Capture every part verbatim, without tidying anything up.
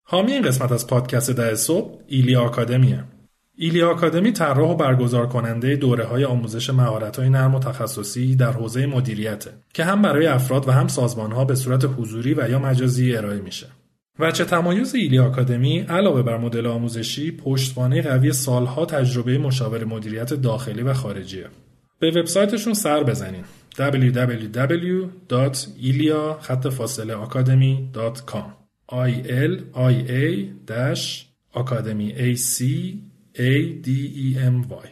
حامی این قسمت از پادکست ده صبح ایلیا آکادمیه. ایلیا آکادمی طراح و برگزار کننده دوره‌های آموزش مهارت‌های نرم و تخصصی در حوزه مدیریته که هم برای افراد و هم سازمان‌ها به صورت حضوری و یا مجازی ارائه میشه. وجه تمایز ایلیا آکادمی علاوه بر مدل آموزشی، پشتوانه قوی سالها تجربه مشاور مدیریت داخلی و خارجیه. به وبسایتشون سر بزنین دبلیو دبلیو دبلیو دات ایلیا خط فاصله آکادمی دات کام I L I A Academy A C A D E M Y.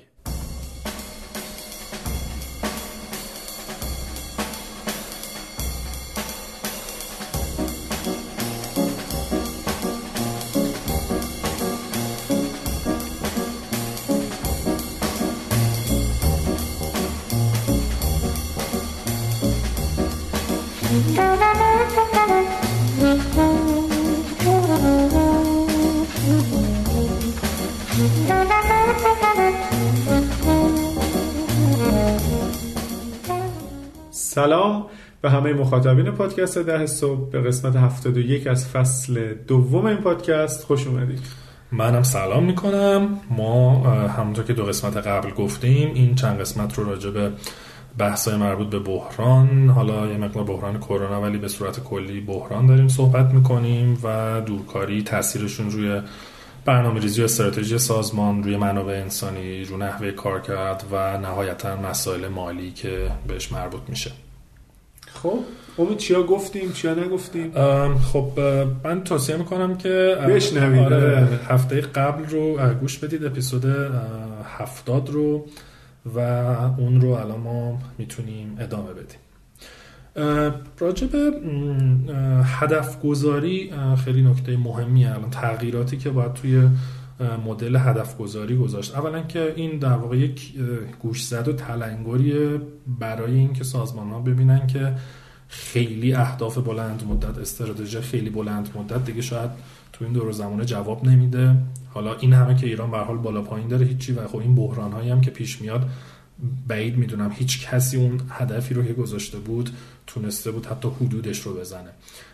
سلام به همه مخاطبین پادکست ده صبح، به قسمت هفتاد و یک از فصل دوم این پادکست خوش اومدید. منم سلام میکنم. ما همونطور که دو قسمت قبل گفتیم این چند قسمت رو راجع به بحث‌های مربوط به بحران، حالا یه مقدار بحران کرونا ولی به صورت کلی بحران داریم صحبت میکنیم و دورکاری، تاثیرشون روی برنامه‌ریزی و استراتژی سازمان، روی منابع انسانی، رو نحوه کارکرد و نهایتاً مسائل مالی که بهش مربوط میشه. خب امید چیا گفتیم چیا نگفتیم؟ خب من توصیه میکنم که بشنوید. آره هفته قبل رو گوش بدید، اپیزود هفتاد رو، و اون رو الان ما میتونیم ادامه بدیم. راجع به هدف گذاری خیلی نکته مهمیه الان، تغییراتی که باید توی مدل هدف گذاری گذاشت. اولا که این در واقع یک گوشزد و تلنگریه برای این که سازمان ها ببینن که خیلی اهداف بلند مدت، استراتژی خیلی بلند مدت دیگه شاید تو این دور زمانه جواب نمیده. حالا این همه که ایران به هر حال بالا پایین داره هیچی، و خب این بحران هایی هم که پیش میاد بعید میدونم هیچ کسی اون هدفی رو که گذاشته بود تونسته بود حتی حدودش رو بزنه.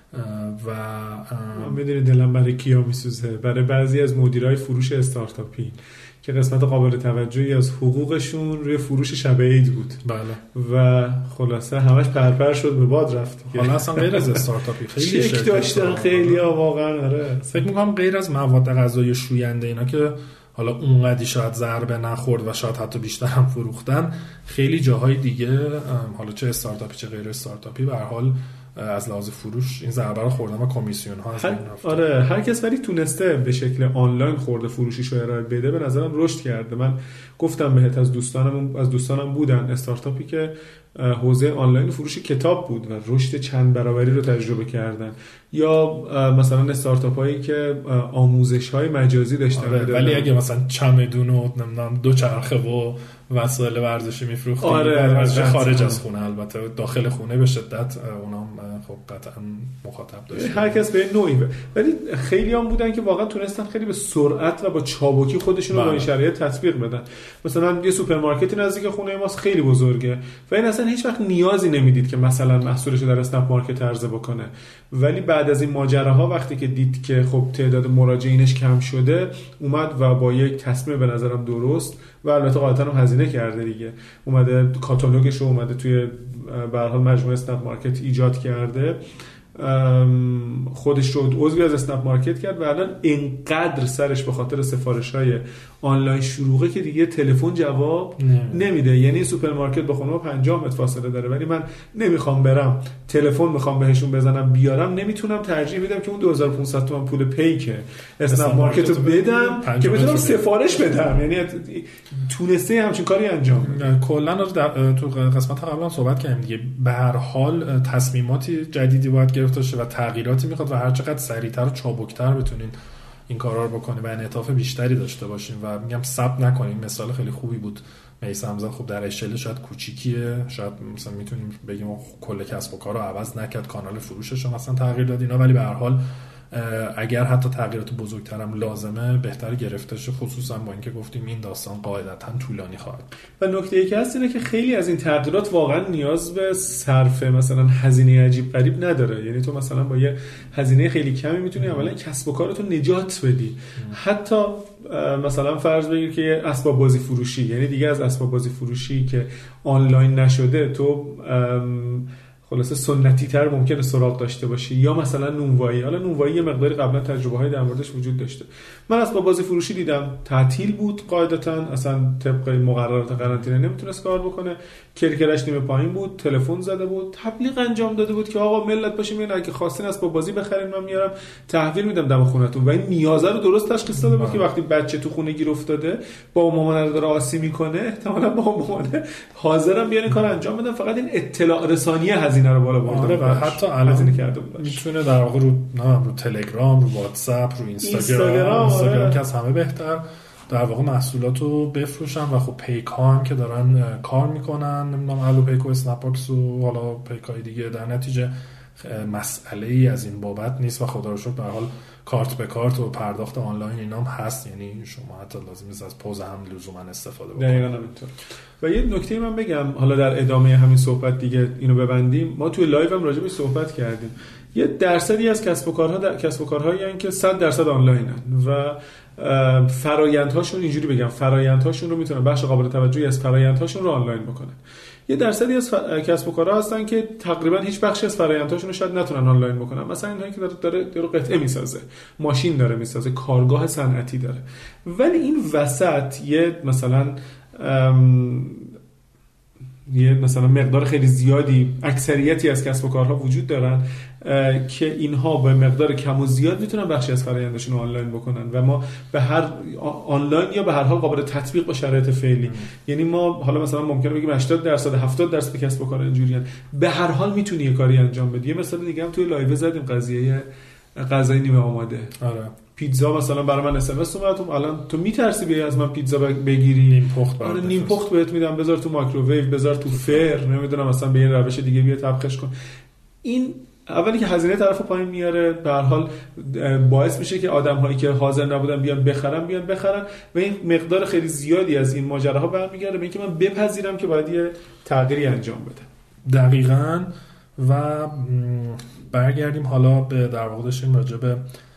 و من میدونی دلم برای کیا میسوزه، برای بعضی از مدیرای فروش استارتاپی که قسمت قابل توجهی از حقوقشون روی فروش شب عید بود. بله. و خلاصه همش پرپر شد به باد رفت. حالا اصلا غیر از استارتاپی خیلی شک داشتن خیلی ها واقعا. آره فکر میکنم غیر از مواد غذایی شوینده اینا که حالا اونقدی شاید ضربه نخورد و شاید حتی بیشتر هم فروختن، خیلی جاهای دیگه حالا چه استارتاپی چه غیر استارتاپی به هر حال از لحاظ فروش این ضربه رو خوردن و کمیسیون ها از هر... آره هر کس ولی تونسته به شکل آنلاین خورده فروشیشو ارائه بده، به نظرم رشد کرده. من گفتم بهت از دوستانم از دوستانم بودن استارتاپی که حوزه آنلاین فروش کتاب بود و رشد چند برابری رو تجربه کردن، یا مثلا استارتاپ هایی که آموزش های مجازی داشتن. آره ولی اگه مثلا چمدون و نمیدونم دو چرخه و وسایل ورزشی میفروختیم، آره از خارج از خونه، البته داخل خونه به شدت اونام خب قطعا مخاطب داشت هر کس به نوعی. ولی خیلی هم بودن که واقعا تونستن خیلی به سرعت و با چابکی خودشون رو با این شرایط تطبیق بدن. مثلا یه سوپرمارکتی نزدیک خونه ماست خیلی بزرگه و این اصلا هیچ وقت نیازی نمیدید که مثلا محصولش رو در اسنپ مارکت عرضه بکنه، ولی بعد از این ماجراها وقتی که دید که خب تعداد مراجعینش کم شده، اومد و با یک تصمیم به نظرم درست و البته غالبا هم هزینه کرده دیگه، اومده کاتالوگش رو اومده توی به هر حال مجموعه اسنپ مارکت ایجاد کرده، خودش رو عضوی از اسنپ مارکت کرد و الان اینقدر سرش به خاطر سفارش‌های آنلاین شلوغه که دیگه تلفن جواب نمیده. یعنی سوپرمارکت با خونه پنجاه متر فاصله داره ولی من نمیخوام برم تلفن میخوام بهشون بزنم بیارم، نمیتونم، ترجیح میدم که اون دو هزار و پونصد تومان پول پی که اسنپ مارکت رو بدم که بتونم سفارش بدم. یعنی تونسته همچین کاری انجام بده. کلا تو قسمت قبلا صحبت کردیم دیگه، به هر حال تصمیماتی جدیدی باید گرفته شه و تغییراتی میخواد و هر چقدر سریعتر و چابکتر بتونین این کارا رو بکنید و انعطاف بیشتری داشته باشین و میگم صبر نکنین. مثال خیلی خوبی بود میثم زد. خب در اشل شاید کوچیکیه، شاید مثلا میتونیم بگیم کل کسب و کار رو عوض نکرد، کانال فروشش رو مثلا تغییر داد اینا، ولی به هر حال اگر حتی تغییرات بزرگترم لازمه بهتر گرفته شه، خصوصا با اینکه گفتیم این داستان قاعدتاً طولانی خواهد. و نکته ای که هست اینه که خیلی از این تغییرات واقعا نیاز به صرف مثلا هزینه عجیب غریب نداره. یعنی تو مثلا با یه هزینه خیلی کمی میتونی اولا کسب و کارتو نجات بدی. ام. حتی مثلا فرض بگیر که اسباب بازی فروشی، یعنی دیگه از اسباب بازی فروشی که آنلاین نشده تو خلاصه سنتی تر ممکنه سراغ داشته باشی، یا مثلا نونوایی. حالا نونوایی یه مقداری قبلا تجربه های در موردش وجود داشته. من اسباب بازی فروشی دیدم تعطیل بود قاعدتا، اصلا طبق مقررات قرنطینه نمیتونست کار بکنه، کرکرش نیمه پایین بود، تلفن زده بود، تبلیغ انجام داده بود که آقا ملت باشیم این اگه خواستین اسباب بازی بخرین من میارم تحویل میدم دم خونتون. و این نیازه رو درست تشخیص داده بود که وقتی بچه تو خونه گیر افتاده با مامان داره آسی میکنه، احتمالاً با مامان حاضرم بیان کار انجام بدن، فقط این اطلاع رسانی هزینه رو بالا برده و حتی الان کرده بود. میتونه در واقع رو نه رو تلگرام، رو واتساپ، رو اینستاگرام، اینستاگرام که از همه بهتر در واقع محصولاتو بفروشن و خب پیک ها هم که دارن کار میکنن، نمیدونم الو پیک و اسنپ باکس و حالا پیک های دیگه، در نتیجه مسئله ای از این بابت نیست و خدا رو شکر به هر حال کارت به کارت و پرداخت آنلاین اینا هم هست. یعنی شما حتی لازم نیست از پوز هم لزوما استفاده بکنید. دقیقاً همینطور. و یه نکته من بگم حالا در ادامه همین صحبت دیگه اینو ببندیم، ما توی لایو هم راجع به صحبت کردیم. یه درصدی از کسب و کارها در... کسب و کارهایی هستن که صد درصد آنلاینن و فرآیندهاشون اینجوری بگم فرآیندهاشون رو میتونن بخش قابل توجهی از فرآیندهاشون رو آنلاین بکنن. یه درصدی از ف... کسب و کارها هستن که تقریبا هیچ بخشی از فرآیندهاشون رو شاید نتونن آنلاین بکنن. مثلا اینایی که داره داره, داره قطعه میسازه، ماشین داره میسازه، کارگاه صنعتی داره. ولی این وسط یه مثلا ام... یه مثلا مقدار خیلی زیادی اکثریتی از کسب و کارها وجود دارن که اینها به مقدار کم و زیاد میتونن بخشی از فرآیندشون رو آنلاین بکنن و ما به هر آنلاین یا به هر حال قابل تطبیق با شرایط فعلی ام. یعنی ما حالا مثلا ممکنه بگیم هشتاد درصد هفتاد درصد کسب و کار اینجوریان، به هر حال میتونی یه کاری انجام بدی. یه مثلا دیگه هم توی لایو زدیم قضیه غذای نیمه آماده. آره پیتزا مثلا برای من اس ام اس اومد، الان تو میترسی بیای از من پیتزا بگیری، نیم پخت آره نیم پخت بهت میدم، بذار تو مایکروویو، بذار تو فر، نمیدونم مثلا به این روش دیگه بیا طبخش کن. این اولی که هزینه طرفو پایین میاره، به هر حال باعث میشه که آدم‌هایی که حاضر نبودن بیان بخرن بیان بخرن و این مقدار خیلی زیادی از این ماجراها برمیگرده به اینکه من بپذیرم که باید یه تغییری انجام بدم. دقیقاً. و برگردیم حالا به در واقع داشتیم راجع به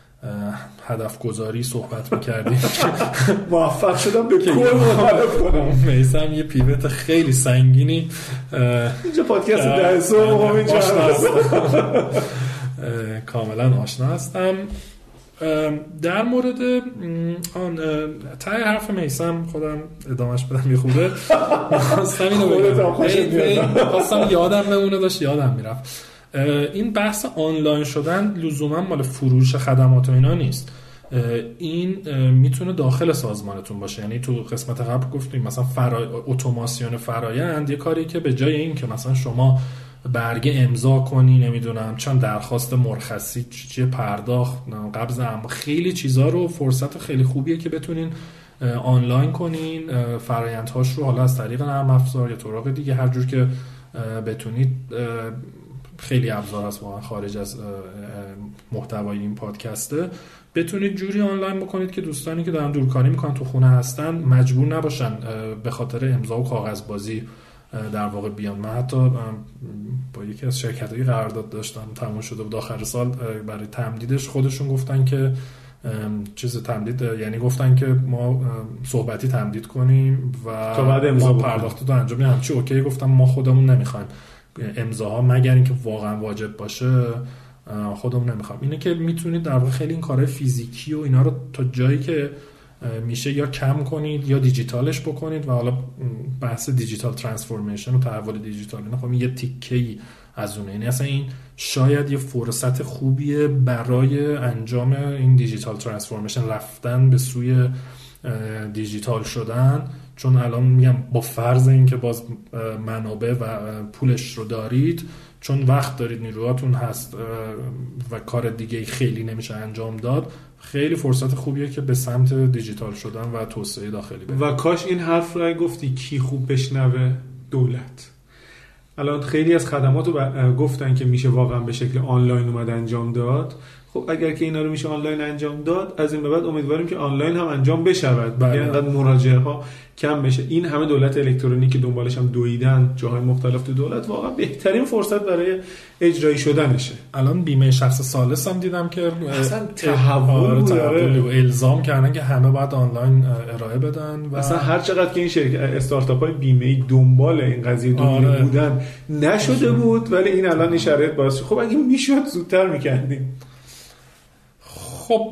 هدف گذاری صحبت می‌کردیم. موفق شدم به کل مخالف کنم. میسم یه پیوت خیلی سنگینی اینجا پادکست ده صبح هم اینجا کاملا آشنا هستم. در مورد آن تای حرف میسم خودم ادامهش بدم یه خوده خواستم اینو بگم، خواستم یادم بمونه، داشت یادم میرفت. این بحث آنلاین شدن لزوما مال فروش خدمات و اینا نیست، این میتونه داخل سازمانتون باشه. یعنی تو قسمت قبل گفتیم مثلا فرا... اتوماسیون فرایند یه کاری که به جای این که مثلا شما برگه امضا کنی، نمیدونم چند درخواست مرخصی، چیه پرداخت، قبض اموال، خیلی چیزا رو فرصت خیلی خوبیه که بتونین آنلاین کنین فرایندهاش رو، حالا از طریق نرم افزار یا طرق دیگه هر جور که بتونید. خیلی ابزار هست واقعا خارج از محتوای این پادکسته، بتونید جوری آنلاین بکنید که دوستانی که دارن دورکاری میکنن تو خونه هستن مجبور نباشن به خاطر امضا و کاغذبازی در واقع بیان. من حتی با یکی از شرکت‌های قرارداد داشتم، تموم شده بود آخر سال، برای تمدیدش خودشون گفتن که چیز تمدید، یعنی گفتن که ما صحبتی تمدید کنیم و تا بعد امضا پرداخت رو انجام بدیم. همچی اوکی گفتم ما خودمون نمیخوایم امضاها مگر اینکه واقعا واجب باشه خودمون نمیخوام. اینه که میتونید در واقع خیلی این کارهای فیزیکی و اینا رو تا جایی که میشه یا کم کنید یا دیجیتالش بکنید و حالا بحث دیجیتال ترانسفورمیشن و تحول دیجیتال اینا خب یه تیکه‌ای از اونه. یعنی اصلا این شاید یه فرصت خوبیه برای انجام این دیجیتال ترانسفورمیشن، رفتن به سوی دیجیتال شدن، چون الان میگم با فرض این که باز منابع و پولش رو دارید، چون وقت دارید، نیروهاتون هست و کار دیگه خیلی نمیشه انجام داد، خیلی فرصت خوبیه که به سمت دیجیتال شدن و توسعه داخلی برید. و کاش این حرف رو گفتی کی خوب بشنوه؟ دولت. الان خیلی از خدمات رو گفتن که میشه واقعا به شکل آنلاین اومد انجام داد. خب اگر که اینا رو میشه آنلاین انجام داد، از این به بعد امیدواریم که آنلاین هم انجام بشود، بله. یعنی انقدر مراجعه ها کم بشه. این همه دولت الکترونیکی دنبالش هم دویدن جاهای مختلف تو دولت، واقعا بهترین فرصت برای اجرایی شدنشه. الان بیمه شخص ثالث هم دیدم که اصلا تحول و الزام کردن که همه باید آنلاین ارائه بدن و اصلا هر چقدر که این شرکت استارتاپ های بیمه‌ای دنبال این قضیه دنیا آره. بودن نشده بود، ولی این الان این شرایط باعث خب اگه میشد زودتر می‌کردیم. خب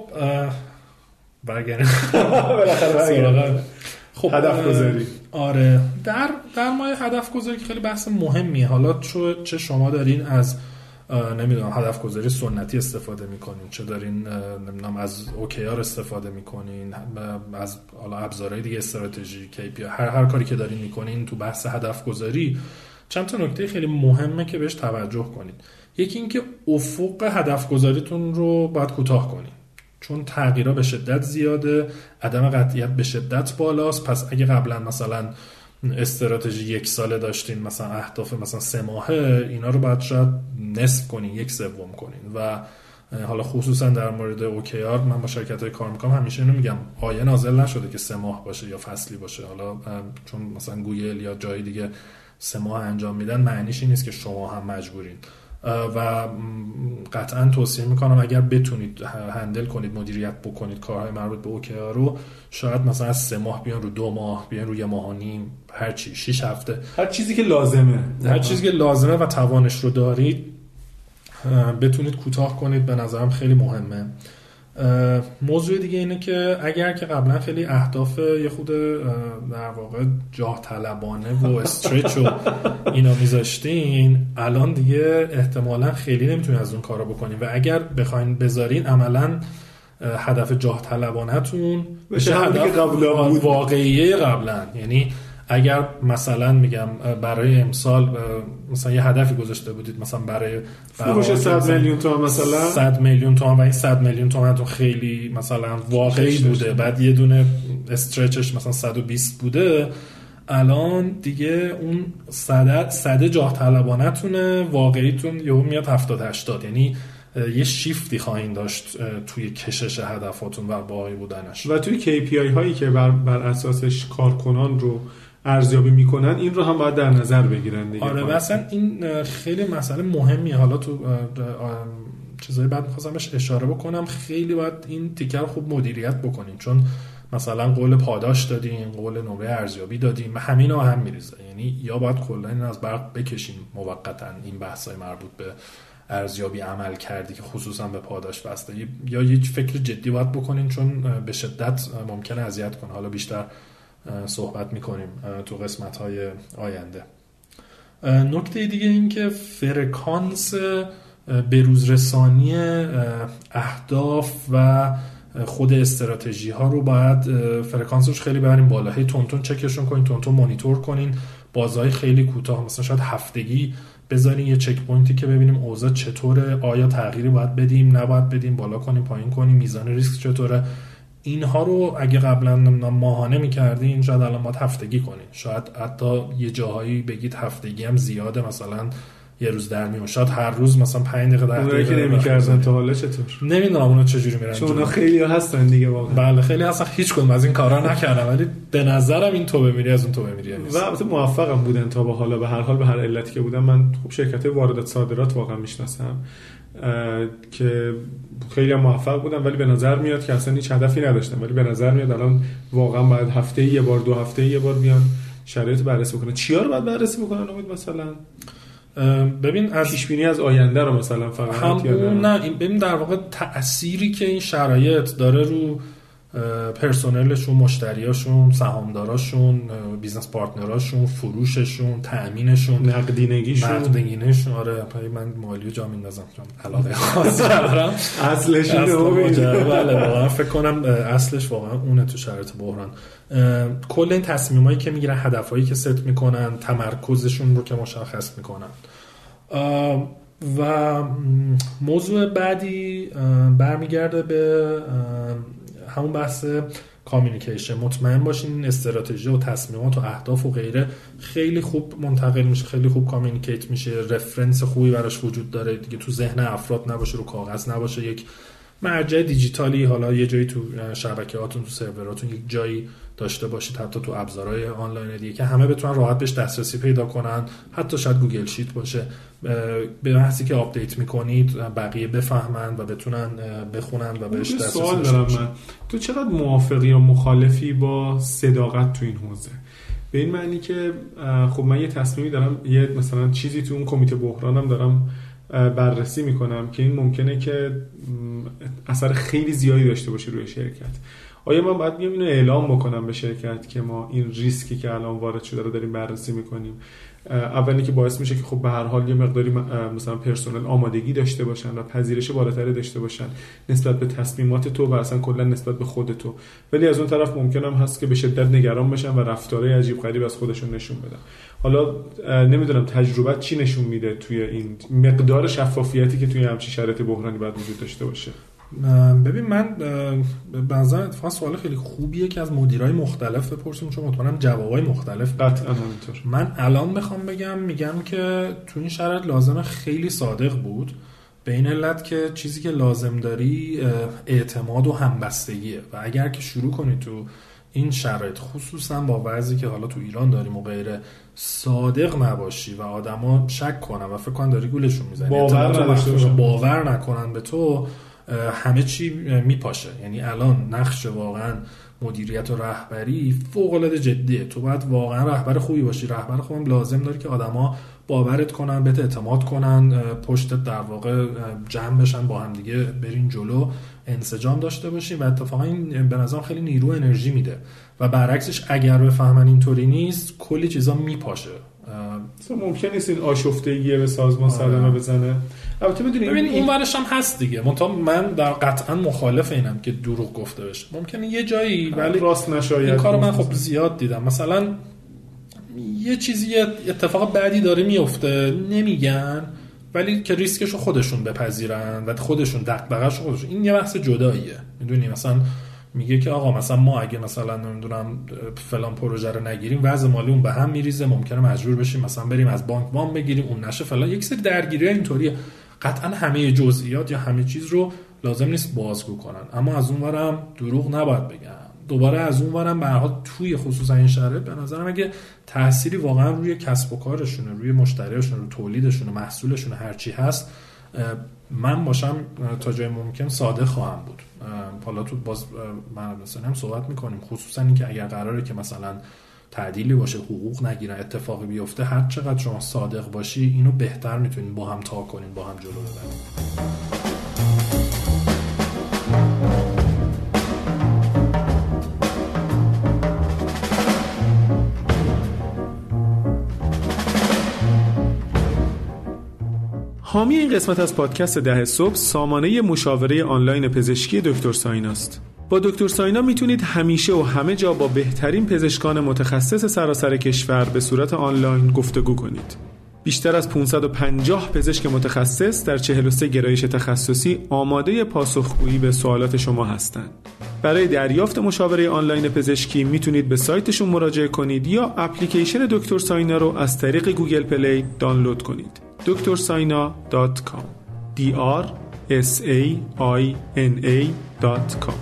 برگردیم بالاخره خب هدف گذاری. آره در در مایه هدف گذاری که خیلی بحث مهمیه. حالا چه شما دارین از نمیدونم هدف گذاری سنتی استفاده میکنین، چه دارین نمیدونم از اوکیار استفاده میکنین، از حالا ابزارهای دیگه استراتژی کی پی آی، هر هر کاری که دارین میکنین تو بحث هدف گذاری، چند تا نکته خیلی مهمه که بهش توجه کنین. یکی این که افق هدف گذاریتون رو باید کوتاه کنین، چون تغییرها به شدت زیاده، عدم قطعیت به شدت بالاست. پس اگه قبلا مثلا استراتژی یک ساله داشتین، مثلا اهداف مثلا سه ماهه، اینا رو باید شاید نصف کنین، یک سوم کنین. و حالا خصوصا در مورد اوکیار من با شرکت‌های کار میکنم، همیشه اینو میگم آیه نازل نشده که سه ماه باشه یا فصلی باشه. حالا چون مثلا گوگل یا جای دیگه سه ماه انجام میدن، معنیش این نیست که شما هم مجبورین. و قطعا توصیه میکنم اگر بتونید هندل کنید، مدیریت بکنید کارهای مربوط به اوکیار رو، شاید مثلا از سه ماه بیان رو دو ماه، بیان رو یه ماه و نیم، هر چی، شش هفته، هر چیزی که لازمه هر چیزی که لازمه و توانش رو دارید بتونید کوتاه کنید. به نظرم خیلی مهمه. موضوع دیگه اینه که اگر که قبلا خیلی اهداف یه خود در واقع جاه طلبانه و استرچ و اینا میذاشتین، الان دیگه احتمالا خیلی نمیتونین از اون کارا بکنین و اگر بخواین بذارین عملا هدف جاه طلبانه تون بشه هدف واقعیه قبلا. یعنی اگر مثلا میگم برای امسال مثلا یه هدفی گذاشته بودید، مثلا برای فروش صد میلیون تومان، مثلا صد میلیون تومان، و این صد میلیون تومان تو خیلی مثلا واقعی بوده، بعد یه دونه استرچش مثلا صد و بیست بوده، الان دیگه اون صد صد جاه طلبانه تونه، واقعیتون یهو میاد هفتاد هشتاد. یعنی یه شیفتی خواهید داشت توی کشش هدفاتون و واقعی بودنش. و توی کی پی آی هایی که بر, بر اساسش کارکنان رو ارزیابی میکنن، این رو هم باید در نظر بگیرن دیگه. آره مثلا این خیلی مسئله مهمیه. حالا تو چیزایی بعد می‌خواستم بهش اشاره بکنم، خیلی باید این تیکر رو خوب مدیریت بکنین، چون مثلا قول پاداش دادیم، قول نمره ارزیابی دادیم، همین ها هم میریزه. یعنی یا باید کلا این از برق بکشیم موقتا این بحثای مربوط به ارزیابی عمل کردی که خصوصا به پاداش بسته، یا یه فکر جدی باید بکنین، چون به شدت ممکنه اذیت کنه. حالا بیشتر صحبت میکنیم تو قسمت‌های آینده. نکته دیگه این که فرکانس بروزرسانی اهداف و خود استراتژی ها رو باید فرکانسش خیلی ببریم بالا، هی تون تون چکشون کنین، تون تون مانیتور کنین، بازهای خیلی کوتاه، مثلا شاید هفتگی بذارین یه چک پوینتی که ببینیم اوضاع چطوره، آیا تغییری باید بدیم، نباید بدیم، بالا کنیم، پایین کنیم، میزان ریسک چطوره. اینها رو اگه قبلا ماهانه می‌کردین، شاید الان باید هفتگی کنین. شاید حتی یه جاهایی بگید هفتگی هم زیاده، مثلا یه روز در میون، شاید هر روز مثلا پنج دقیقه در اونایی که نمی‌کردن تا حالا چطور؟ نمیدونم اونا چجوری میرن، چون اونا خیلی هستن دیگه واقعا. بله خیلی هستن، هیچ کدوم از این کارا نکردم، ولی به نظرم این تو بمیری از اون تو بمیری نیست. و البته موفقم بودن تا به حالا، به هر حال به هر علتی که بودن. من خب شرکت واردات صادرات واقعا میشناسم که خیلی موفق بودن، ولی به نظر میاد که اصلا هیچ هدفی نداشتن، ولی به نظر میاد الان واقعا باید هفته یه بار، دو هفته یه بار بیان شرایط بررسی بکنن. چیا رو باید بررسی بکنن امید؟ مثلا ببین از پیش بینی از آینده رو مثلا فقط یا نه، این ببین در واقع تأثیری که این شرایط داره رو پرسنلشون، مشتریاشون، سهامداراشون، بیزنس پارتنراشون، فروششون، تأمینشون، نقدینگیشون نقدینگیشون آره من مالی رو جا میندازم علاقه خاصی دارم اصلش اینه. بله واقعا فکر کنم اصلش واقعا اونه تو شرایط بحران. کل این تصمیمایی که میگیرن، هدفایی که ست میکنن، تمرکزشون رو که مشخص میکنن. و موضوع بعدی برمیگرده به همون بحث کامیونیکیشن. مطمئن باشین این استراتژی و تصمیمات و اهداف و غیره خیلی خوب منتقل میشه، خیلی خوب کامیونیکیت میشه، رفرنس خوبی براش وجود داره دیگه، تو ذهن افراد نباشه، رو کاغذ نباشه، یک مرجع دیجیتالی، حالا یه جایی تو شبکه‌هاتون، تو سروراتون یک جایی داشته باشید، حتی تو ابزارهای آنلاین دیگه که همه بتونن راحت بهش دسترسی پیدا کنن، حتی شاید گوگل شیت باشه، به محضی که آپدیت میکنید بقیه بفهمن و بتونن بخونن و بهش دسترسی سوال دارم من. تو چقدر موافقی یا مخالفی با صداقت تو این حوزه؟ به این معنی که خب من یه تصمیمی دارم، یه مثلا چیزی تو اون کمیته بحرانم دارم بررسی میکنم که این ممکنه که اثر خیلی زیادی داشته باشه روی شرکت. آیا من باید بیام اینو اعلام بکنم به شرکت که ما این ریسکی که الان وارد شده رو داریم بررسی میکنیم؟ اولی که باعث میشه که خب به هر حال یه مقداری مثلا پرسنل آمادگی داشته باشن و پذیرش بالاتری داشته باشن نسبت به تصمیمات تو و اصلا کلا نسبت به خود تو، ولی از اون طرف ممکنم هست که به شدت نگران بشن و رفتارهای عجیب غریب از خودشون نشون بدن. حالا نمیدونم تجربه چی نشون میده توی این مقدار شفافیتی که توی همچین شرایط بحرانی باید وجود داشته باشه. ببین من به نظر اتفاقا سوال خیلی خوبیه که از مدیرای مختلف بپرسیم، چون مطمئنم جوابای مختلف قطعا همینطور. من الان بخوام بگم میگم که تو این شرایط لازمه خیلی صادق بود، به این علت که چیزی که لازم داری اعتماد و همبستگیه و اگر که شروع کنی تو این شرایط خصوصا با وضعی که حالا تو ایران داریم و غیره صادق نباشی و آدما شک کنن و فکر کنن داری گولشون میزنی، باور, باور نکنن به تو، همه چی میپاشه. یعنی الان نقش واقعا مدیریت و رهبری فوق العاده جدیه. تو باید واقعا رهبر خوبی باشی. رهبر خوبم لازم داره که آدما باورت کنن، بهت اعتماد کنن، پشتت در واقع جمع بشن، با هم دیگه برین جلو، انسجام داشته باشین و اتفاقا این به نظرم خیلی نیرو انرژی میده و برعکسش اگر بفهمن اینطوری نیست کلی چیزا میپاشه. ممکن نیست این آشفتگی به سازمان صدمه بزنه. البته بدونید ببین اون ورش هم هست دیگه، منتها من در قطعا مخالف اینم که دروغ گفته بشه. ممکنه یه جایی ولی راست نشاید. این کارو من خب زیاد دیدم. مثلا یه چیزی اتفاق بعدی داره میفته نمیگن، ولی که ریسکشو خودشون بپذیرن و خودشون دغدغه‌شو خودشون. این یه بحث جداییه. میدونی مثلا میگه که آقا مثلا ما اگه مثلا نمیدونم فلان پروژه رو نگیریم وضع مالی اون به هم میریزه، ممکنه مجبور بشیم مثلا بریم از بانک وام بگیریم، اون نشه فلان. یک سری درگیری‌ها اینطوریه. قطعا همه جزئیات یا همه چیز رو لازم نیست بازگو کنن، اما از اونورم دروغ نباید بگم. دوباره از اونورم به هر حال توی خصوصا این شرایط به نظرم اگه تأثیری واقعا روی کسب و کارشون، روی مشتریاشون، روی تولیدشون، محصولشون هر چی هست، من باشم تا جای ممکن صادق خواهم بود. حالا تو باز من مثلا هم صحبت میکنیم خصوصا این که اگر قراره که مثلا تعدیلی باشه، حقوق نگیرن، اتفاقی بیفته، هر چقدر شما صادق باشی اینو بهتر میتونین با هم تا کنین، با هم جلو ببرین. حامی این قسمت از پادکست ده صبح سامانه مشاوره آنلاین پزشکی دکتر ساینا است. با دکتر ساینا میتونید همیشه و همه جا با بهترین پزشکان متخصص سراسر کشور به صورت آنلاین گفتگو کنید. بیشتر از پانصد و پنجاه پزشک متخصص در چهل و سه گرایش تخصصی آماده پاسخگویی به سوالات شما هستند. برای دریافت مشاوره آنلاین پزشکی میتونید به سایتشون مراجعه کنید یا اپلیکیشن دکتر ساینا رو از طریق گوگل پلی دانلود کنید. دکتر ساینا دات کام دی آر اس ای آی ان ای دات کام.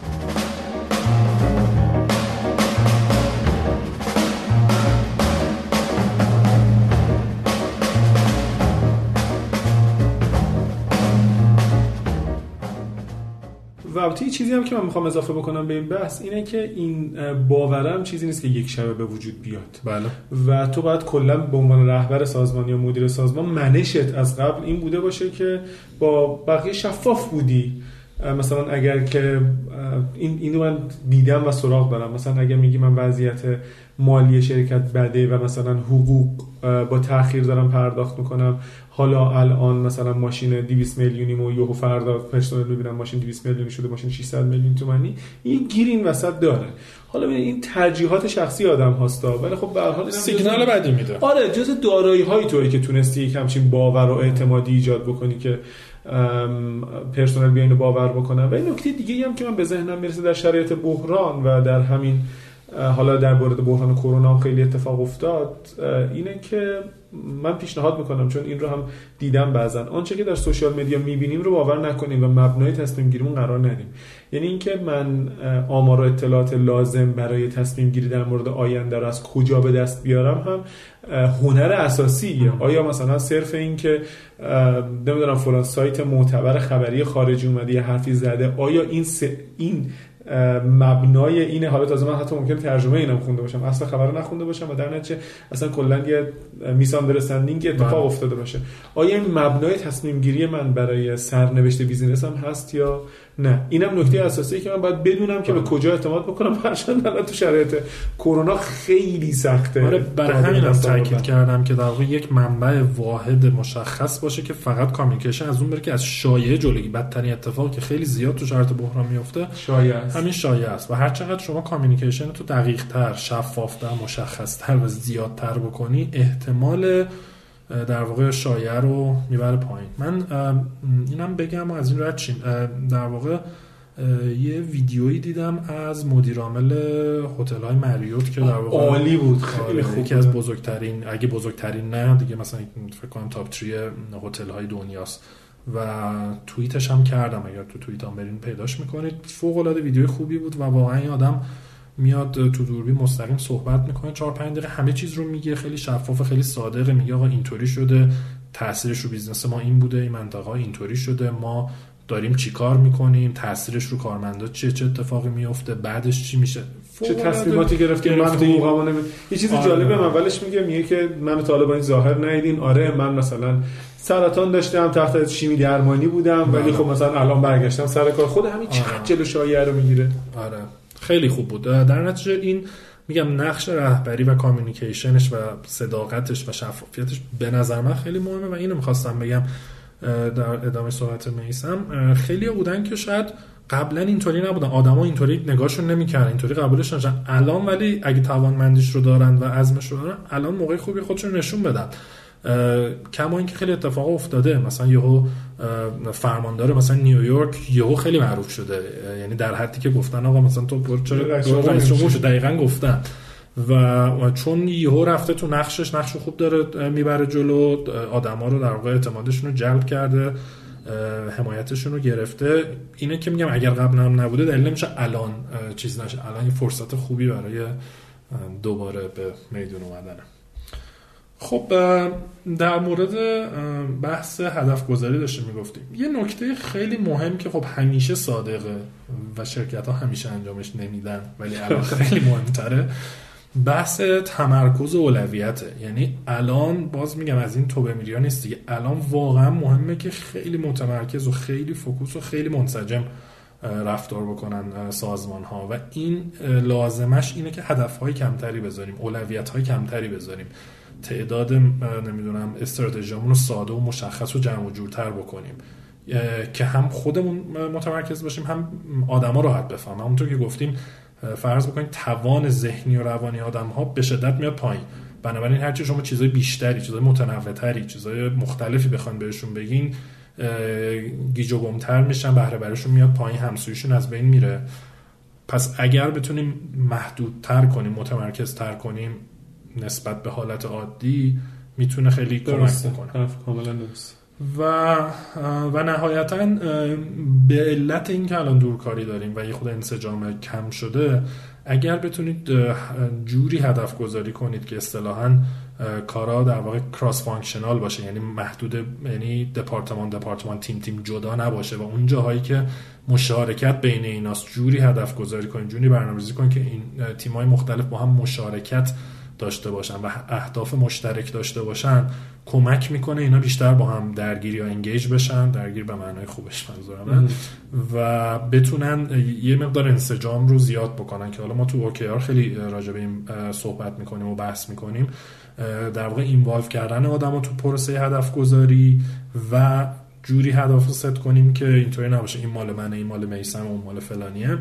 و البته یه چیزی هم که من میخوام اضافه بکنم به این بحث اینه که این باورم چیزی نیست که یک شبه به وجود بیاد. بله. و تو باید کلا به عنوان رهبر سازمان یا مدیر سازمان منشت از قبل این بوده باشه که با بقیه شفاف بودی. مثلا اگر که این اینو من دیدم و سراغ دارم، مثلا اگر میگی من وضعیت مالی شرکت بده و مثلا حقوق با تأخیر دارم پرداخت میکنم، حالا الان مثلا ماشین دویست میلیونیم و یهو فردا پرسنل میبینم ماشین دویست میلیونی شده، ماشین ششصد میلیون تومانی، این گیر این وسط داره. حالا این ترجیحات شخصی آدم هاستا، ولی خب به هر حال سیگنال بدی میده. آره جزء دارایی های تویی که تونستی یک همچین باور و اعتمادی ایجاد بکنی که پرسنل بیاین باور بکنن. و این نکته دیگه هم که من به ذهنم میرسه در شرایط بحران و در همین حالا در مورد بحران کرونا هم خیلی اتفاق افتاد اینه که من پیشنهاد میکنم، چون این رو هم دیدم بعضن، آنچه که در سوشال مدیا میبینیم رو باور نکنیم و مبنای تصمیم گیریمون قرار ندیم. یعنی اینکه من آمار و اطلاعات لازم برای تصمیم گیری در مورد آینده رو از کجا به دست بیارم هم هنر اساسیه. آیا مثلا صرف این که نمیدونم فلان سایت معتبر خبری خارجی اومده یه حرفی زده، آیا این س... این مبنای اینه؟ حالا تازه من حتی ممکنه ترجمه اینم خونده باشم، اصلا خبر رو نخونده باشم و در نتیجه اصلا کلا یه میس آندرستندینگ اتفاق افتاده باشه. آیا این مبنای تصمیم گیری من برای سرنوشت بیزینسم هست یا نه؟ اینم نکته اساسیه که من باید بدونم که به کجا اعتماد بکنم، هرچند الان تو شرایط کرونا خیلی سخته. آره برای همینم تاکید کردم که در واقع یک منبع واحد مشخص باشه که فقط کامیونیکیشن از اون بره که از شایعه جلوگیری. بدترین اتفاقی که خیلی زیاد تو شرایط بحران میفته شایعه است. همین شایعه است و هر چقدر شما کامیونیکیشن تو دقیق‌تر، شفاف‌تر، مشخص‌تر و زیادتر بکنی، احتمال در واقع شایعه رو میبره پایین. من اینم بگم از این رد شیم، در واقع یه ویدیویی دیدم از مدیر عامل هتل‌های مریوت که در واقع عالی بود، خیلی خوب، یکی از بزرگترین، اگه بزرگترین نه دیگه، مثلا فکر کنم تاپ تری هتل‌های دنیاست و توییتش هم کردم، اگر تو توییت هم برین پیداش میکنید. فوق‌العاده ویدیوی خوبی بود و واقعا این آدم میاد تو دوربین مستقیم صحبت میکنه، چهار پنج دقیقه همه چیز رو میگه، خیلی شفاف، خیلی صادقه. میگه آقا اینطوری شده، تاثیرش رو بیزنس ما این بوده، این منطقه اینطوری شده، ما داریم چی کار میکنیم، تاثیرش رو کارمندا چیه، چه اتفاقی میفته، بعدش چی میشه، چه تصمیماتی گرفتیم. من حقوقمو نمی... یه چیز جالبه من اولش میگم، میگه که منو تا حالا با این ظاهر ندیدین. آره من مثلا سرطان داشتم، تحت شیمی درمانی بودم، ولی خب مثلا الان برگشتم سر کار. خود همین چقدر جلو شایعه رو میگیره. آره خیلی خوب بود. در نتیجه این میگم نقش رهبری و کامیونیکیشنش و صداقتش و شفافیتش به نظر من خیلی مهمه و اینو می‌خواستم بگم در ادامه صحبت میسم. خیلی بودن که شاید قبلا اینطوری نبودن، آدما اینطوری نگاهشون نمی‌کردن، اینطوری قبولش نشدن. الان ولی اگه توانمندیش رو دارن و عزمش رو دارن، الان موقع خوبی خودشون نشون بدن. کما اینکه خیلی اتفاق افتاده، مثلا یهو فرماندار مثلا نیویورک یهو خیلی معروف شده، یعنی در حدی که گفتن آقا مثلا تو برو چرا رئیس جمهور شو، دقیقاً گفتن و چون یهو رفته تو نقشش، نقشو خوب داره میبره جلو، آدما رو در واقع اعتمادشون رو جلب کرده، حمایتشون رو گرفته. اینه که میگم اگر قبلا هم نبوده دلیل نمیشه الان چیز نشه. الان یه فرصت خوبی برای دوباره به میدون اومدنه. خب در مورد بحث هدف گذاری داشتیم میگفتیم. یه نکته خیلی مهم که خب همیشه صادقه و شرکت ها همیشه انجامش نمیدن ولی الان خیلی مهمتره، بحث تمرکز و اولویته. یعنی الان باز میگم از این توبه میریا نیست دیگه، الان واقعا مهمه که خیلی متمرکز و خیلی فوکوس و خیلی منسجم رفتار بکنن سازمان ها و این لازمش اینه که هدف های کمتری بذاریم، اولویت های کمتری بذاریم، تعداد نمیدونم استراتژیامون رو ساده و مشخص و جمع و جورتر بکنیم که هم خودمون متمرکز باشیم هم آدما راحت بفهمن. همونطور که گفتیم فرض بکنید توان ذهنی و روانی آدم‌ها به شدت میاد پایین، بنابراین هرچی شما چیزای بیشتری، چیزای متنوع‌تری، چیزای مختلفی بخواید بهشون بگین گیج و گم‌تر میشن، بهره برشون میاد پایین، همسویشون از بین میره. پس اگر بتونیم محدودتر کنیم، متمرکزتر کنیم نسبت به حالت عادی، میتونه خیلی کمک بکنه. کاملا درست. و و نهایتاً به علت این که الان دورکاری داریم و یه خود انسجام کم شده، اگر بتونید جوری هدف گذاری کنید که اصطلاحاً کارا در واقع کراس فانکشنال باشه، یعنی محدود، یعنی دپارتمان دپارتمان تیم تیم جدا نباشه و اون جاهایی که مشارکت بین ایناست جوری هدف گذاری کنید، جوری برنامه‌ریزی کنید که این تیم‌های مختلف با هم مشارکت داشته باشن و اهداف مشترک داشته باشن، کمک میکنه اینا بیشتر با هم درگیر یا انگیج بشن، درگیر به معنای خوبش منظورم، و بتونن یه مقدار انسجام رو زیاد بکنن که حالا ما تو اوکی‌آر خیلی راجع به این صحبت میکنیم و بحث میکنیم، در واقع اینوالو کردن آدم‌ها تو پروسه هدف گذاری و جوری هدف رو ست کنیم که اینطوری نباشه این مال منه، این مال میثم، اون مال فلانیه،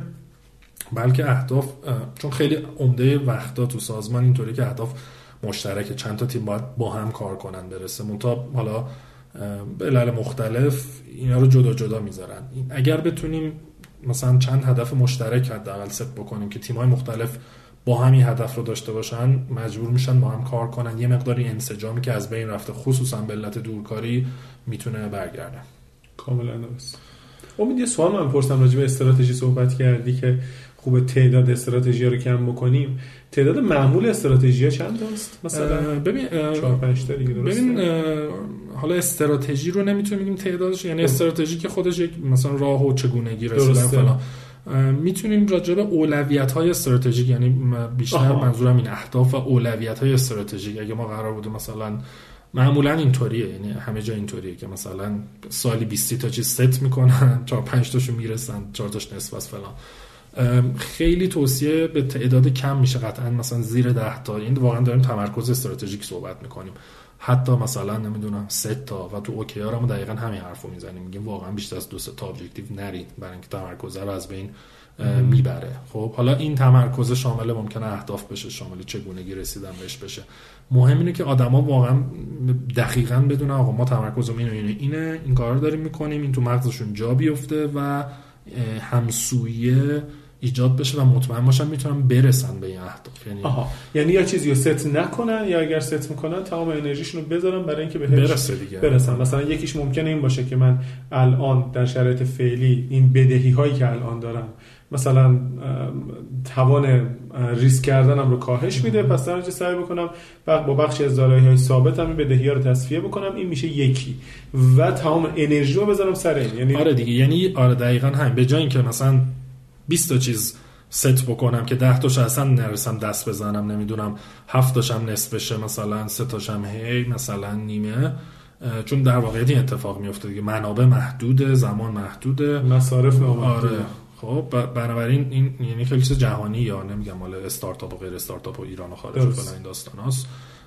بلکه اهداف، چون خیلی عمده وقتا تو سازمان اینطوری که اهداف مشترکه، چند تا تیم باید با هم کار کنن برسه، منتها حالا به علل مختلف اینا رو جدا جدا میذارن. اگر بتونیم مثلا چند هدف مشترک حداقل ست بکنیم که تیم‌های مختلف با همین هدف رو داشته باشن مجبور میشن با هم کار کنن. یه مقداری انسجامی که از بین رفته خصوصا به علت دورکاری میتونه برگرده. کاملا درست. امید یه سوال من پرسیدم راجع به استراتژی صحبت کردی که خوب تعداد استراتژی رو کم بکنیم. تعداد معمول استراتژی چند تاست مثلا؟ ببین چهار پنج تا دیگه درسته. ببین حالا استراتژی رو نمیتونیم بگیم تعدادش، یعنی استراتژی که خودش یک مثلا راه و چگونگی رسیدن فلان. میتونیم راجع به اولویت‌های استراتژیک، یعنی بیشتر آها. منظورم این اهداف و اولویت‌های استراتژیک. اگه ما قرار بوده مثلا معمولا اینطوریه، یعنی همه جا اینطوریه که مثلا سالی بیست تا چیز ست میکنن، چهار پنج تاشون میرسن، چهار تاش نصف است فلان. خیلی توصیه به تعداد کم میشه قطعا، مثلا زیر ده تا. این واقعا داریم تمرکز استراتژیک صحبت میکنیم. حتی مثلا نمیدونم سه تا و تو اوکی‌آر هم دقیقاً همین حرفو میزنیم، میگیم واقعا بیشتر از دو سه تا ابجکتیو نرید برای اینکه تمرکز رو از بین میبره. خب حالا این تمرکز شامل ممکنه اهداف بشه، شامل چگونگی رسیدن بهش بشه. مهم اینه که آدما واقعا دقیقاً بدونن آقا ما تمرکزمون اینه اینه اینه این کارا داریم میکنیم، این تو مغزشون جا بیفته و همسویه ایجاد بشه و مطمئن باشن میتونن برسن به این اهداف. یعنی آها، یعنی یا چیزی رو ست نکنن یا اگر ست میکنن تمام انرژیشون رو بذارن برای اینکه بهش برسه دیگه. برسن. مثلا یکیش ممکنه این باشه که من الان در شرایط فعلی این بدهی هایی که الان دارم مثلا توان ریسک کردنم رو کاهش میده، پس در نتیجه سعی بکنم با بخشی از دارایی‌های ثابتم این بدهی‌ها رو تصفیه بکنم. این میشه یکی و تمام انرژی رو بذارم سر این. یعنی آره دیگه، یعنی آره دقیقاً همین. به جای اینکه مثلا بیست تا چیز ست بکنم که ده تاش اصلا نرسم دست بزنم، نمیدونم هفت تاشم نصف بشه، مثلا سه تاشم هی مثلا نیمه، چون در واقع این اتفاق میفته دیگه. منابع محدوده، زمان محدوده، مصارف نامحدوده. آره. خب بنابراین این یعنی خیلی چیز جهانی، یا نمیگم مال استارتاپ و غیر استارتاپ و ایران و خارج و فلان این داستاناست.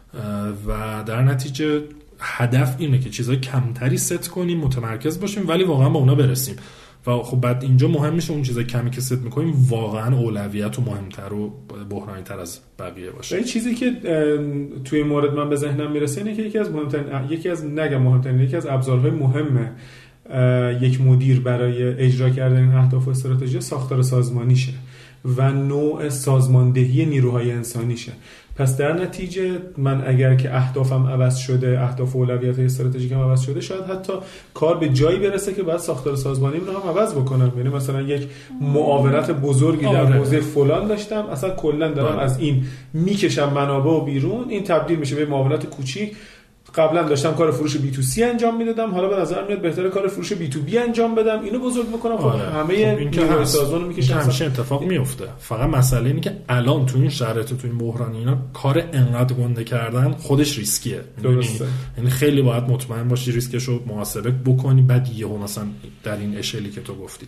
و در نتیجه هدف اینه که چیزای کمتری ست کنیم، متمرکز باشیم ولی واقعا با اونا برسیم. و خب بعد اینجا مهم میشه اون چیزای کمی که ست میکنیم واقعا اولویت و مهمتر و بحرانی تر از بقیه باشه. این چیزی که توی مورد من به ذهنم میرسه اینه که یکی از مهمترین یکی از نگم مهمترین یکی از ابزارهای مهمه یک مدیر برای اجرا کردن این اهداف و استراتژی ساختار سازمانیشه و نوع سازماندهی نیروهای انسانیشه. پس در نتیجه من اگر که اهدافم عوض شده، اهداف و اولویت‌های استراتژیکم عوض شده، شاید حتی کار به جایی برسه که بعد ساختار سازمانیم رو هم عوض بکنم. یعنی مثلا یک معاونت بزرگی در حوزه فلان داشتم، اصلا کلا دارم از این میکشم منابع و بیرون، این تبدیل میشه به معاونت کوچیک. قبلا داشتم کار فروش بی تو سی انجام میدادم، حالا به نظر میاد بهتره کار فروش بی تو بی انجام بدم، اینو بزرگ میکنم. خب همه این سازمانو میکشم، همیشه اتفاق میفته. فقط مسئله اینه که الان تو این شرایط و تو این بحران اینا کار انقدر گنده کردن خودش ریسکیه. یعنی خیلی باید مطمئن باشی ریسکشو محاسبه بکنی، بعد یهو مثلا در این اشلی که تو گفتی.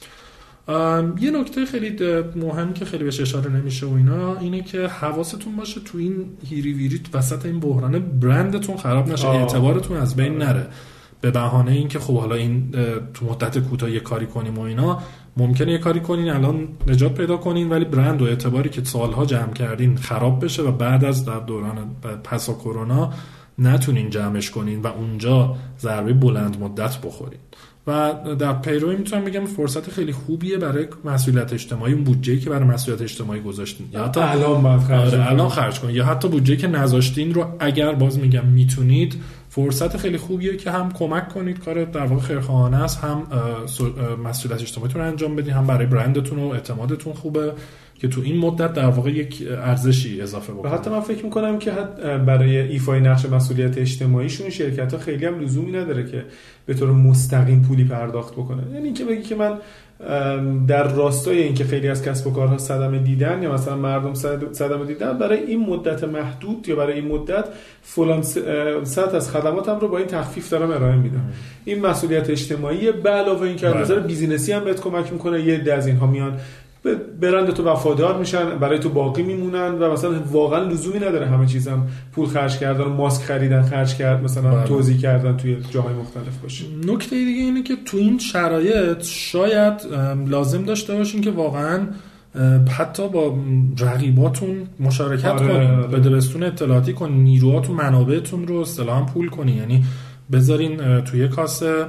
یه نکته خیلی مهم که خیلی بهش اشاره نمیشه و اینا اینه که حواستون باشه تو این هیری ویری وسط این بحران برندتون خراب نشه، آه. اعتبارتون از بین نره به بهانه اینکه خب حالا این تو مدت کوتاه یه کاری کنیم و اینا. ممکنه یه کاری کنین الان نجات پیدا کنین ولی برند و اعتباری که سالها جمع کردین خراب بشه و بعد از در دوران پسا کرونا نتونین جمعش کنین و اونجا ضربه بلند مدت بخورین. و در پیروی میتونم بگم فرصت خیلی خوبیه برای مسئولیت اجتماعی، اون بودجه‌ای که برای مسئولیت اجتماعی گذاشتین یا حتی الان باید خرج کنید، الان خرج کنید، یا حتی بودجه‌ای که نذاشتین رو اگر باز میگم میتونید، فرصت خیلی خوبیه که هم کمک کنید، کار در واقع خیرخواهانه است، هم مسئولیت اجتماعیتون رو انجام بدید، هم برای برندتون و اعتمادتون خوبه که تو این مدت در واقع یک ارزشی اضافه بکنه. حتی من فکر میکنم که برای ایفای نقش مسئولیت اجتماعیشون شرکت‌ها خیلی هم لزومی نداره که به طور مستقیم پولی پرداخت بکنن. یعنی اینکه بگی که من در راستای اینکه خیلی از کسب و کارها صدمه دیدن یا مثلا مردم صدمه دیدن، برای این مدت محدود یا برای این مدت فلان سطح از خدماتم رو با این تخفیف دارم ارائه میدم. این مسئولیت اجتماعی به علاوه این که از نظر بیزینسی هم بهت کمک میکنه. یه عده از اینها میان برند تو وفادار میشن، برای تو باقی میمونن و مثلا واقعا لزومی نداره همه چیزم پول خرج کردن و ماسک خریدن خرج کرد مثلا بله. توزیع کردن توی جاهای مختلف باشه. نکته دیگه اینه که تو این شرایط شاید لازم داشته باشین که واقعا حتی با رقیباتون مشارکت آره، کنین، آره. به دبستون اطلاعاتی کنین، نیروهاتون منابعتون رو اصطلاحاً پول کنین، یعنی بذارین توی کاسه،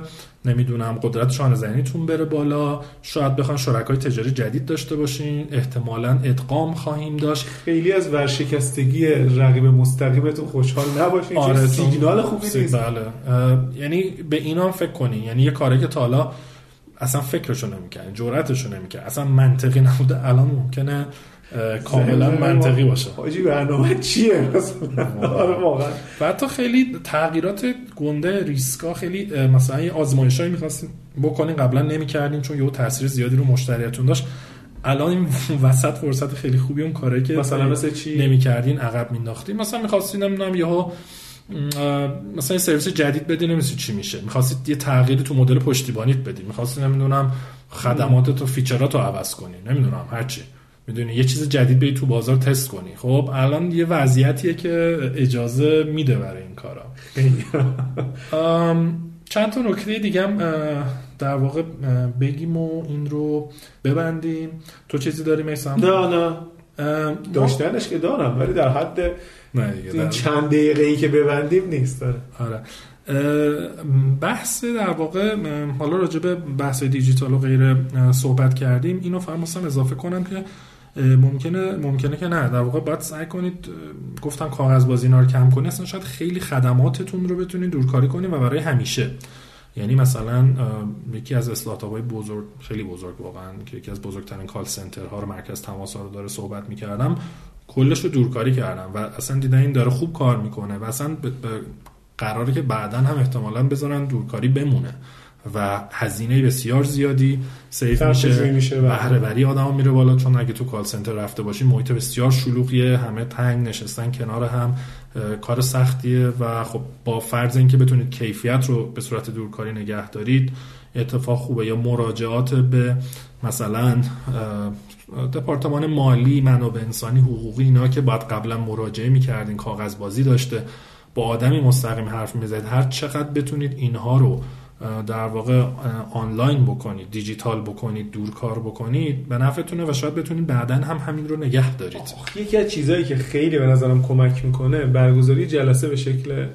نمیدونم قدرت شانه زنیتون بره بالا، شاید بخوان شرکای تجاری جدید داشته باشین، احتمالاً ادغام خواهیم داشت. خیلی از ورشکستگی رقیب مستقیمتون خوشحال نباشین. آره چه سیگنال خوبی نیست. بله یعنی به اینا فکر کنین، یعنی یه کاری که تا حالا اصلا فکرشو نمی‌کردین، جرأتشو نمی‌کردین، اصلا منطقی نبوده، الان ممکنه کاملا منطقی باشه. حاجی برنامه چیه مثلا؟ آره واقعا. و حتی خیلی تغییرات گنده ریسکا، خیلی مثلا یه آزمایشایی می‌خواستین بکنین قبلا نمی‌کردین چون یه تاثیر زیادی رو مشتریاتون داشت. الان این وسط فرصت خیلی خوبی اون کاری که مثلا مثلا چی نمی‌کردین عقب مینداختین. مثلا می‌خواستین نمیدونم یهو مثلا یه سرویس جدید بدین، نمی‌دونی چی میشه، می‌خواستید یه تغییری تو مدل پشتیبانیت بدین، می‌خواستین نمیدونم خدماتت و فیچراتو عوض کنین، نمیدونم هر چی، میدونی یه چیز جدید به تو بازار تست کنی. خب الان یه وضعیتیه که اجازه میده برای این کارا. چند تا نکته دیگه هم در واقع بگیم و این رو ببندیم. تو چیزی داری میسم؟ نه نه داشتنش که دارم ولی در حد نه دیگه این چند دقیقه‌ای که ببندیم نیست. داره آره بحث در واقع حالا راجع به بحث دیجیتال و غیره صحبت کردیم. اینو فرماسم اضافه کنم که ممکنه ممکنه که نه، در واقع باید سعی کنید، گفتم کاغذبازی اینا رو کم کنید، اصلا شاید خیلی خدماتتون رو بتونید دورکاری کنید و برای همیشه. یعنی مثلا یکی از استارتاپ‌های بزرگ، خیلی بزرگ واقعا، که یکی از بزرگترین کال سنترها رو، مرکز تماس‌ها رو داره صحبت می‌کردم، کلش رو دورکاری کردن و اصلا دیدن این داره خوب کار میکنه و اصلا ب... ب... قراره که بعداً هم احتمالاً بذارن دورکاری بمونه و هزینه بسیار زیادی سیف میشه، میشه بهره وری آدما میره بالا. چون اگه تو کال سنتر رفته باشی محیط بسیار شلوغیه، همه تنگ نشستن کنار هم، کار سختیه و خب با فرض اینکه بتونید کیفیت رو به صورت دورکاری نگه دارید اتفاق خوبه. یا مراجعات به مثلا دپارتمان مالی، منابع انسانی، حقوقی، اینا که باید قبلا مراجعه میکردین، کاغذبازی داشته، با آدمی مستقیم حرف میزنید، هر چقدر بتونید اینها رو در واقع آنلاین بکنید، دیجیتال بکنید، دورکار بکنید، به نفعتونه و شاید بتونید بعداً هم همین رو نگه دارید. یکی از چیزایی که خیلی به نظرم کمک میکنه برگزاری جلسه به شکل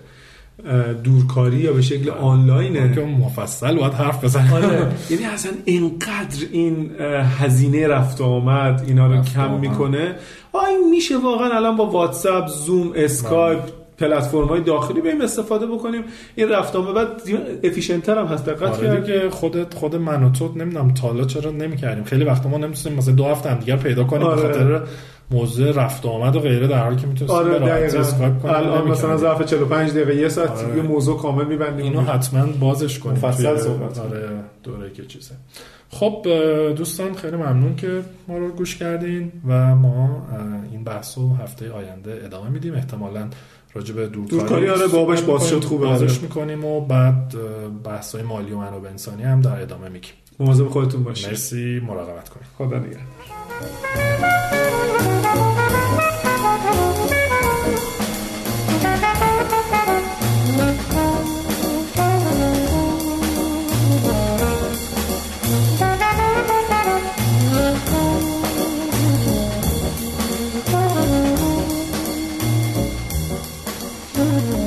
دورکاری یا به شکل آنلاینه که مفصل باید حرف بزنیم. آره یعنی اصلا اینقدر این هزینه رفت و آمد اینا رو کم میکنه. آ این میشه واقعا الان با واتساپ، زوم، اسکایپ، پلتفرم‌های داخلی بریم استفاده بکنیم، این رفت آمد بعد افیشنت‌تر هم هست. دقت آره کردید که خودت خود من و تو نمیدونم تا حالا چرا نمی‌کردیم، خیلی وقتا ما نمی‌تونیم مثلا دو هفته هم دیگه پیدا کنیم به آره. خاطر موضوع رفت آمد و غیره، در حالی که میتونیم آره به راحتی اسکایپ کنیم. الان مثلا ظرف چهل و پنج دقیقه یه ساعت آره. یه موضوع کامل می‌بندیم. اینو حتما بازش کنیم مفصل صحبت. آره دوره که چیزه. خب دوستان خیلی ممنون که ما رو گوش کردین و ما این بحثو هفته آینده ادامه میدیم. احتمالاً راجع به دورکاری آره بابش باز شد خوبه بازش میکنیم و بعد بحث‌های مالی و منابع انسانی هم در ادامه میگیم. مواظب خودتون باشید. مرسی، مراقبت کنید. خدا نگهدار. Mm-hmm.